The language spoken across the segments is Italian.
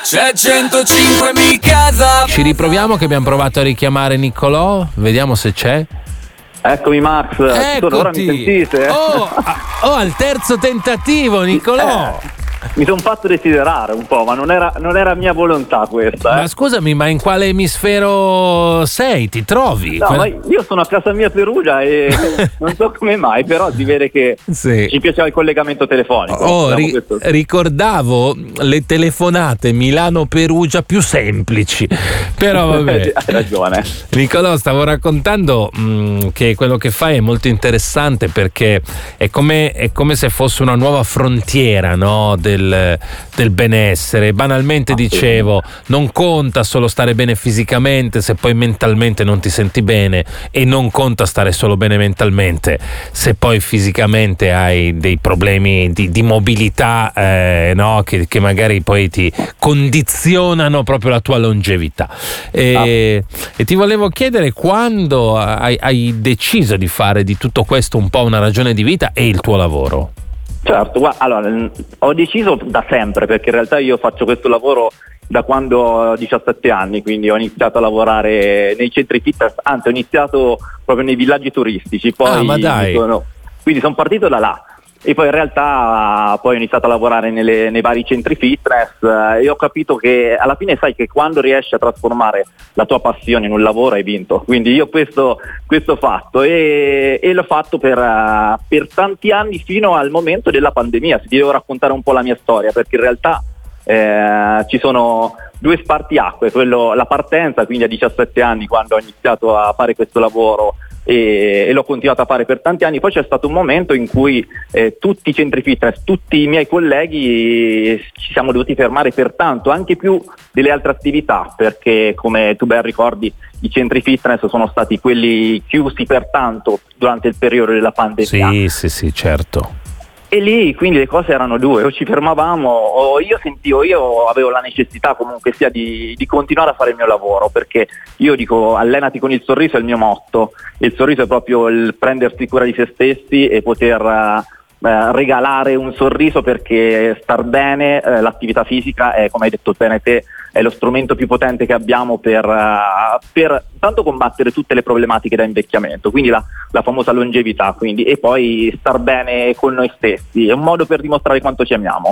C'è 105.000 casa. Ci riproviamo che abbiamo provato a richiamare Niccolò, vediamo se c'è. Eccomi Max, ora mi sentite? Al terzo tentativo, Niccolò. Mi sono fatto desiderare un po', ma non era mia volontà questa. Ma scusami, ma in quale emisfero sei? Ti trovi? No, ma io sono a casa mia a Perugia e non so come mai, però si vede che ci piaceva il collegamento telefonico. Ricordavo le telefonate Milano-Perugia più semplici, però vabbè. Hai ragione. Niccolò, stavo raccontando che quello che fai è molto interessante, perché è come se fosse una nuova frontiera, no? Del benessere. Banalmente dicevo, non conta solo stare bene fisicamente se poi mentalmente non ti senti bene, e non conta stare solo bene mentalmente se poi fisicamente hai dei problemi di mobilità, no? che magari poi ti condizionano proprio la tua longevità. E ti volevo chiedere quando hai deciso di fare di tutto questo un po' una ragione di vita e il tuo lavoro. Certo, allora ho deciso da sempre, perché in realtà io faccio questo lavoro da quando ho 17 anni, quindi ho iniziato a lavorare nei centri fitness, anzi ho iniziato proprio nei villaggi turistici, poi quindi sono partito da là. E poi in realtà poi ho iniziato a lavorare nei vari centri fitness e ho capito che alla fine sai che quando riesci a trasformare la tua passione in un lavoro hai vinto. Quindi io questo ho fatto e l'ho fatto per tanti anni, fino al momento della pandemia. Se ti devo raccontare un po' la mia storia, perché in realtà ci sono due spartiacque, la partenza, quindi a 17 anni quando ho iniziato a fare questo lavoro e l'ho continuato a fare per tanti anni. Poi c'è stato un momento in cui tutti i centri fitness, tutti i miei colleghi ci siamo dovuti fermare per tanto, anche più delle altre attività, perché come tu ben ricordi i centri fitness sono stati quelli chiusi per tanto durante il periodo della pandemia. Sì, certo. E lì quindi le cose erano due: o ci fermavamo o io avevo la necessità comunque sia di continuare a fare il mio lavoro, perché io dico allenati con il sorriso è il mio motto. Il sorriso è proprio il prendersi cura di se stessi e poter regalare un sorriso, perché star bene, l'attività fisica è, come hai detto bene te, è lo strumento più potente che abbiamo per tanto combattere tutte le problematiche da invecchiamento, quindi la famosa longevità, quindi, e poi star bene con noi stessi, è un modo per dimostrare quanto ci amiamo.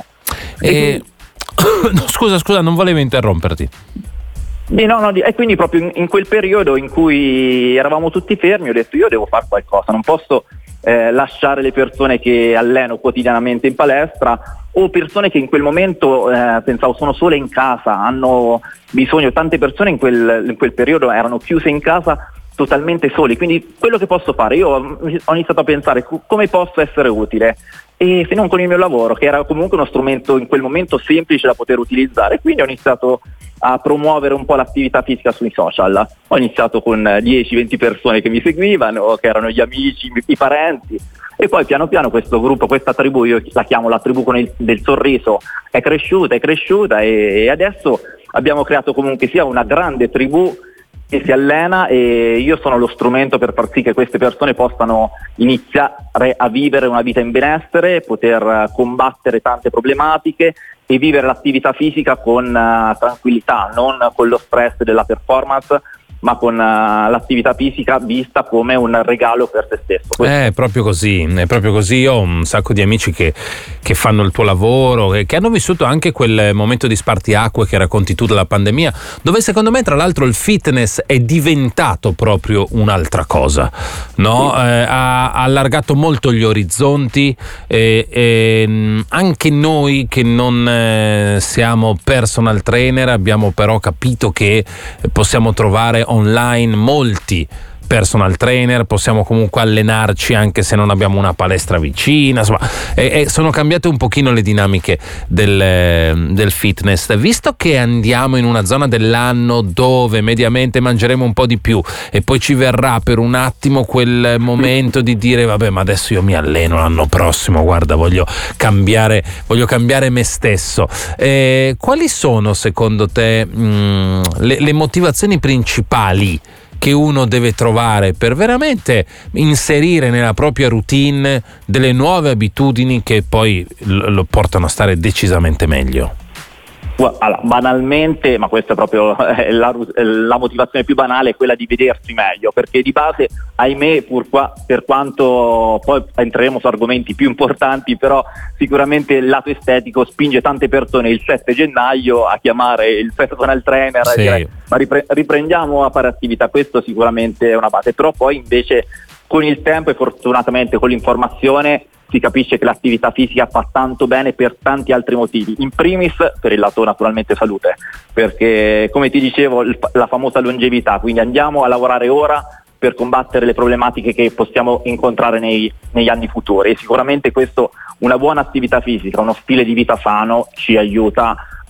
No, scusa, non volevo interromperti. E quindi proprio in quel periodo in cui eravamo tutti fermi ho detto io devo fare qualcosa, non posso lasciare le persone che alleno quotidianamente in palestra, o persone che in quel momento pensavo sono sole in casa, hanno bisogno. Tante persone in quel periodo erano chiuse in casa totalmente soli, quindi quello che posso fare, io ho iniziato a pensare come posso essere utile, e se non con il mio lavoro, che era comunque uno strumento in quel momento semplice da poter utilizzare. Quindi ho iniziato a promuovere un po' l'attività fisica sui social. Ho iniziato con 10-20 persone che mi seguivano, che erano gli amici, i parenti, e poi piano piano questo gruppo, questa tribù, io la chiamo la tribù del sorriso, è cresciuta e adesso abbiamo creato comunque sia una grande tribù che si allena, e io sono lo strumento per far sì che queste persone possano iniziare a vivere una vita in benessere, poter combattere tante problematiche e vivere l'attività fisica con tranquillità, non con lo stress della performance, ma con l'attività fisica vista come un regalo per se stesso. È proprio così. Io ho un sacco di amici che fanno il tuo lavoro, che hanno vissuto anche quel momento di spartiacque che racconti tu della pandemia, dove secondo me tra l'altro il fitness è diventato proprio un'altra cosa, no? Sì. Ha allargato molto gli orizzonti, anche noi che non siamo personal trainer abbiamo però capito che possiamo trovare online molti personal trainer, possiamo comunque allenarci anche se non abbiamo una palestra vicina, insomma, sono cambiate un pochino le dinamiche del fitness. Visto che andiamo in una zona dell'anno dove mediamente mangeremo un po' di più e poi ci verrà per un attimo quel momento di dire vabbè, ma adesso io mi alleno l'anno prossimo, guarda, voglio cambiare me stesso, quali sono secondo te le motivazioni principali che uno deve trovare per veramente inserire nella propria routine delle nuove abitudini che poi lo portano a stare decisamente meglio? Allora, banalmente, ma questa è proprio la motivazione più banale, è quella di vedersi meglio, perché di base, ahimè, per quanto poi entreremo su argomenti più importanti, però sicuramente il lato estetico spinge tante persone il 7 gennaio a chiamare il personal trainer e dire ma riprendiamo a fare attività. Questo sicuramente è una base, però poi invece con il tempo e fortunatamente con l'informazione si capisce che l'attività fisica fa tanto bene per tanti altri motivi, in primis per il lato naturalmente salute, perché come ti dicevo la famosa longevità, quindi andiamo a lavorare ora per combattere le problematiche che possiamo incontrare negli anni futuri, e sicuramente questo, una buona attività fisica, uno stile di vita sano ci aiuta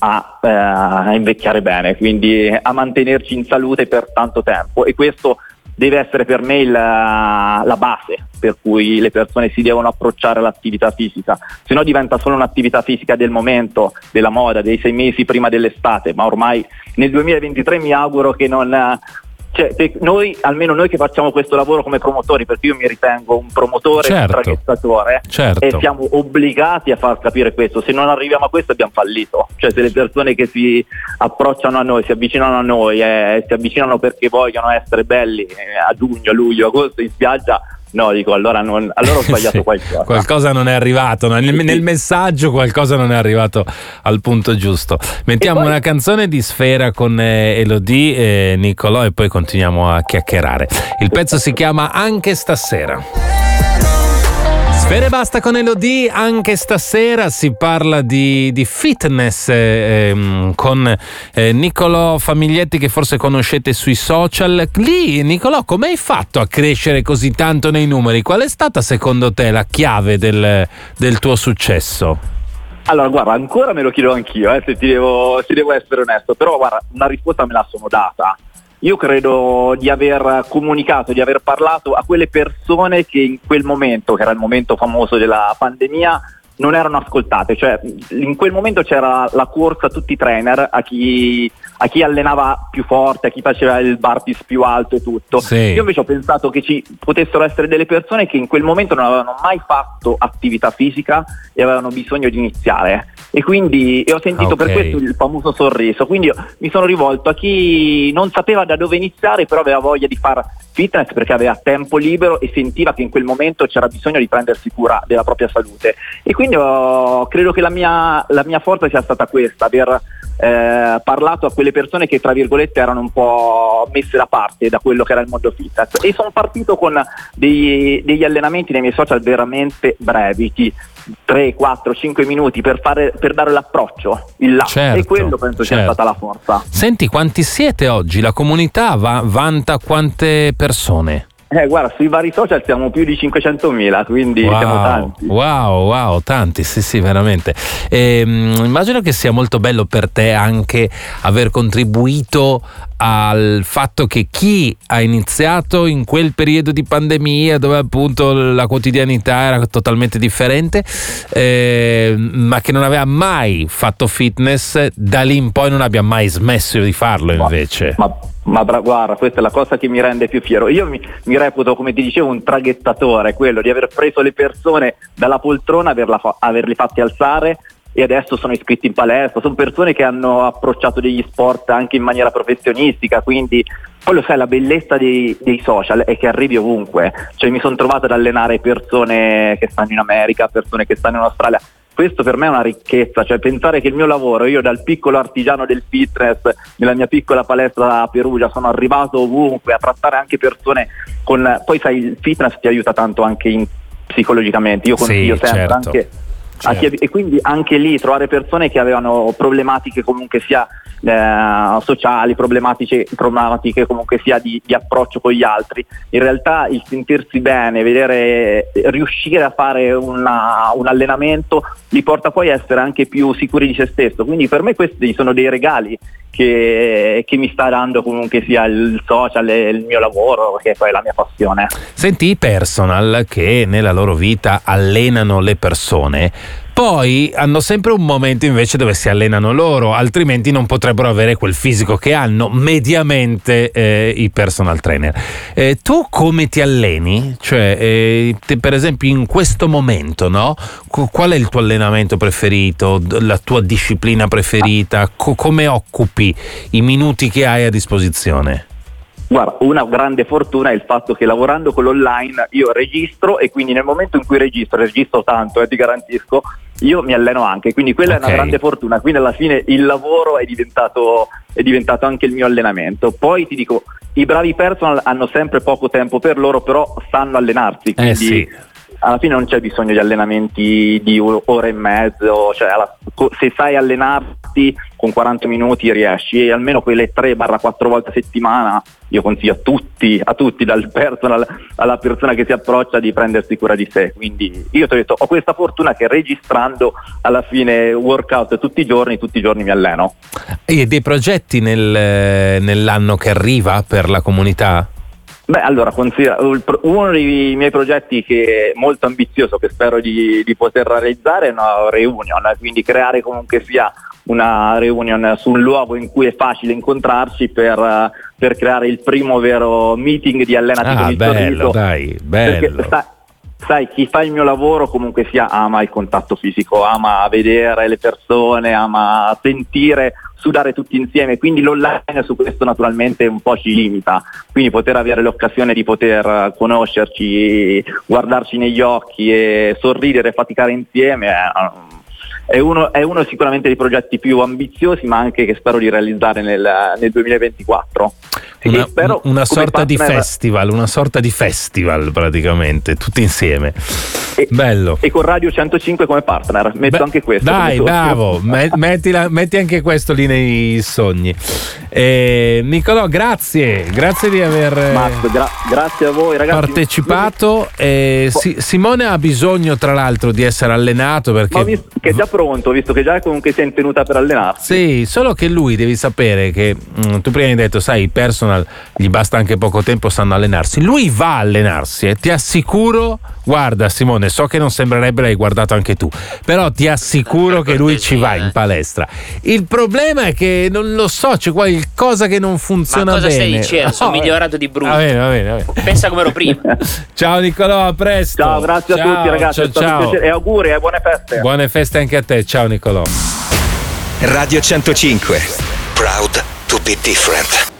a invecchiare bene, quindi a mantenerci in salute per tanto tempo, e questo deve essere per me la base per cui le persone si devono approcciare all'attività fisica, se no diventa solo un'attività fisica del momento, della moda, dei 6 mesi prima dell'estate, ma ormai nel 2023 mi auguro che non... noi, almeno noi che facciamo questo lavoro come promotori, perché io mi ritengo un promotore, un traghettatore, e siamo obbligati a far capire questo. Se non arriviamo a questo abbiamo fallito, cioè se le persone che si approcciano a noi, si avvicinano a noi si avvicinano perché vogliono essere belli a giugno, luglio, agosto in spiaggia, no, dico allora ho sbagliato qualcosa. Qualcosa non è arrivato, nel messaggio qualcosa non è arrivato al punto giusto. Mettiamo una canzone di Sfera con Elodie e Nicolò e poi continuiamo a chiacchierare. Il pezzo si chiama Anche stasera. Sfera e basta con Elodie, anche stasera si parla di fitness con Nicolò Famiglietti, che forse conoscete sui social. Lì, Nicolò, come hai fatto a crescere così tanto nei numeri? Qual è stata secondo te la chiave del tuo successo? Allora, guarda, ancora me lo chiedo anch'io, se ti devo essere onesto, però guarda, una risposta me la sono data. Io credo di aver comunicato, di aver parlato a quelle persone che in quel momento, che era il momento famoso della pandemia, non erano ascoltate, cioè in quel momento c'era la corsa a tutti i trainer, a chi allenava più forte, a chi faceva il burpees più alto e tutto. Sì. Io invece ho pensato che ci potessero essere delle persone che in quel momento non avevano mai fatto attività fisica e avevano bisogno di iniziare, e quindi ho sentito per questo il famoso sorriso, quindi io mi sono rivolto a chi non sapeva da dove iniziare però aveva voglia di fare fitness perché aveva tempo libero e sentiva che in quel momento c'era bisogno di prendersi cura della propria salute, e quindi credo che la mia forza sia stata questa, aver parlato a quelle persone che tra virgolette erano un po' messe da parte da quello che era il mondo fitness, e sono partito con degli allenamenti nei miei social veramente brevi, 3, 4, 5 minuti per dare l'approccio, e quello penso sia stata la forza. Senti, quanti siete oggi? La comunità vanta quante persone? Guarda, sui vari social siamo più di 500.000, quindi siamo tanti. Wow, tanti, sì, veramente. Immagino che sia molto bello per te anche aver contribuito al fatto che chi ha iniziato in quel periodo di pandemia dove appunto la quotidianità era totalmente differente, ma che non aveva mai fatto fitness, da lì in poi non abbia mai smesso di farlo invece. Ma guarda, questa è la cosa che mi rende più fiero. Io mi reputo, come ti dicevo, un traghettatore, quello di aver preso le persone dalla poltrona, averli fatti alzare, e adesso sono iscritti in palestra. Sono persone che hanno approcciato degli sport anche in maniera professionistica, quindi poi lo sai, la bellezza dei social è che arrivi ovunque, cioè mi sono trovato ad allenare persone che stanno in America, persone che stanno in Australia. Questo per me è una ricchezza, cioè pensare che il mio lavoro, io dal piccolo artigiano del fitness nella mia piccola palestra a Perugia sono arrivato ovunque a trattare anche persone poi sai, il fitness ti aiuta tanto anche psicologicamente, io consiglio sempre anche e quindi anche lì trovare persone che avevano problematiche comunque sia sociali, problematiche comunque sia di approccio con gli altri. In realtà il sentirsi bene, riuscire a fare un allenamento li porta poi a essere anche più sicuri di se stesso, quindi per me questi sono dei regali che mi sta dando comunque sia il social e il mio lavoro, che poi è la mia passione. Senti, i personal che nella loro vita allenano le persone Poi hanno sempre un momento invece dove si allenano loro, altrimenti non potrebbero avere quel fisico che hanno mediamente i personal trainer. Tu come ti alleni? Cioè, per esempio in questo momento, no? Qual è il tuo allenamento preferito, la tua disciplina preferita? Come occupi i minuti che hai a disposizione? Guarda, una grande fortuna è il fatto che lavorando con l'online io registro, e quindi nel momento in cui registro tanto, ti garantisco, io mi alleno anche, quindi quella è una grande fortuna. Quindi alla fine il lavoro è diventato anche il mio allenamento. Poi ti dico, i bravi personal hanno sempre poco tempo per loro, però sanno allenarsi, quindi sì. Alla fine non c'è bisogno di allenamenti di ora e mezzo, cioè se sai allenarti con 40 minuti riesci, e almeno quelle 3-4 volte a settimana io consiglio a tutti, dal personal alla persona che si approccia, di prendersi cura di sé. Quindi io ti ho detto, ho questa fortuna che registrando alla fine workout tutti i giorni mi alleno. E dei progetti nell'anno che arriva per la comunità? Beh, allora, considera, uno dei miei progetti che è molto ambizioso, che spero di poter realizzare, è una reunion, quindi creare comunque sia una reunion sul luogo in cui è facile incontrarci per creare il primo vero meeting di Allenati con il Sorriso. Dai, bello. Perché sai, chi fa il mio lavoro comunque sia ama il contatto fisico, ama vedere le persone, ama sentire, sudare tutti insieme, quindi l'online su questo naturalmente un po' ci limita, quindi poter avere l'occasione di poter conoscerci, guardarci negli occhi e sorridere e faticare insieme è uno sicuramente dei progetti più ambiziosi, ma anche che spero di realizzare nel 2024. Una sorta di festival praticamente, tutti insieme. Bello. E con Radio 105 come partner, metto anche questo. Dai, bravo, metti anche questo lì nei sogni. Nicolò, grazie di aver grazie a voi ragazzi, partecipato. Simone ha bisogno tra l'altro di essere allenato, perché che è già pronto, visto che già comunque si è tenuta per allenarsi. Sì, solo che lui, devi sapere che tu prima hai detto, sai, i personal gli basta anche poco tempo, sanno allenarsi. Lui va a allenarsi, ti assicuro. Guarda Simone, so che non sembrerebbe, l'hai guardato anche tu, però ti assicuro che lui ci va in palestra. Il problema è che non lo so, c'è qualcosa che non funziona bene. Ma cosa stai dicendo? Sono migliorato di brutto. Va bene. Pensa come ero prima. Ciao Nicolò, a presto. Ciao, grazie a tutti ragazzi, è stato un piacere, e auguri e buone feste. Buone feste anche a te, ciao Nicolò. Radio 105, proud to be different.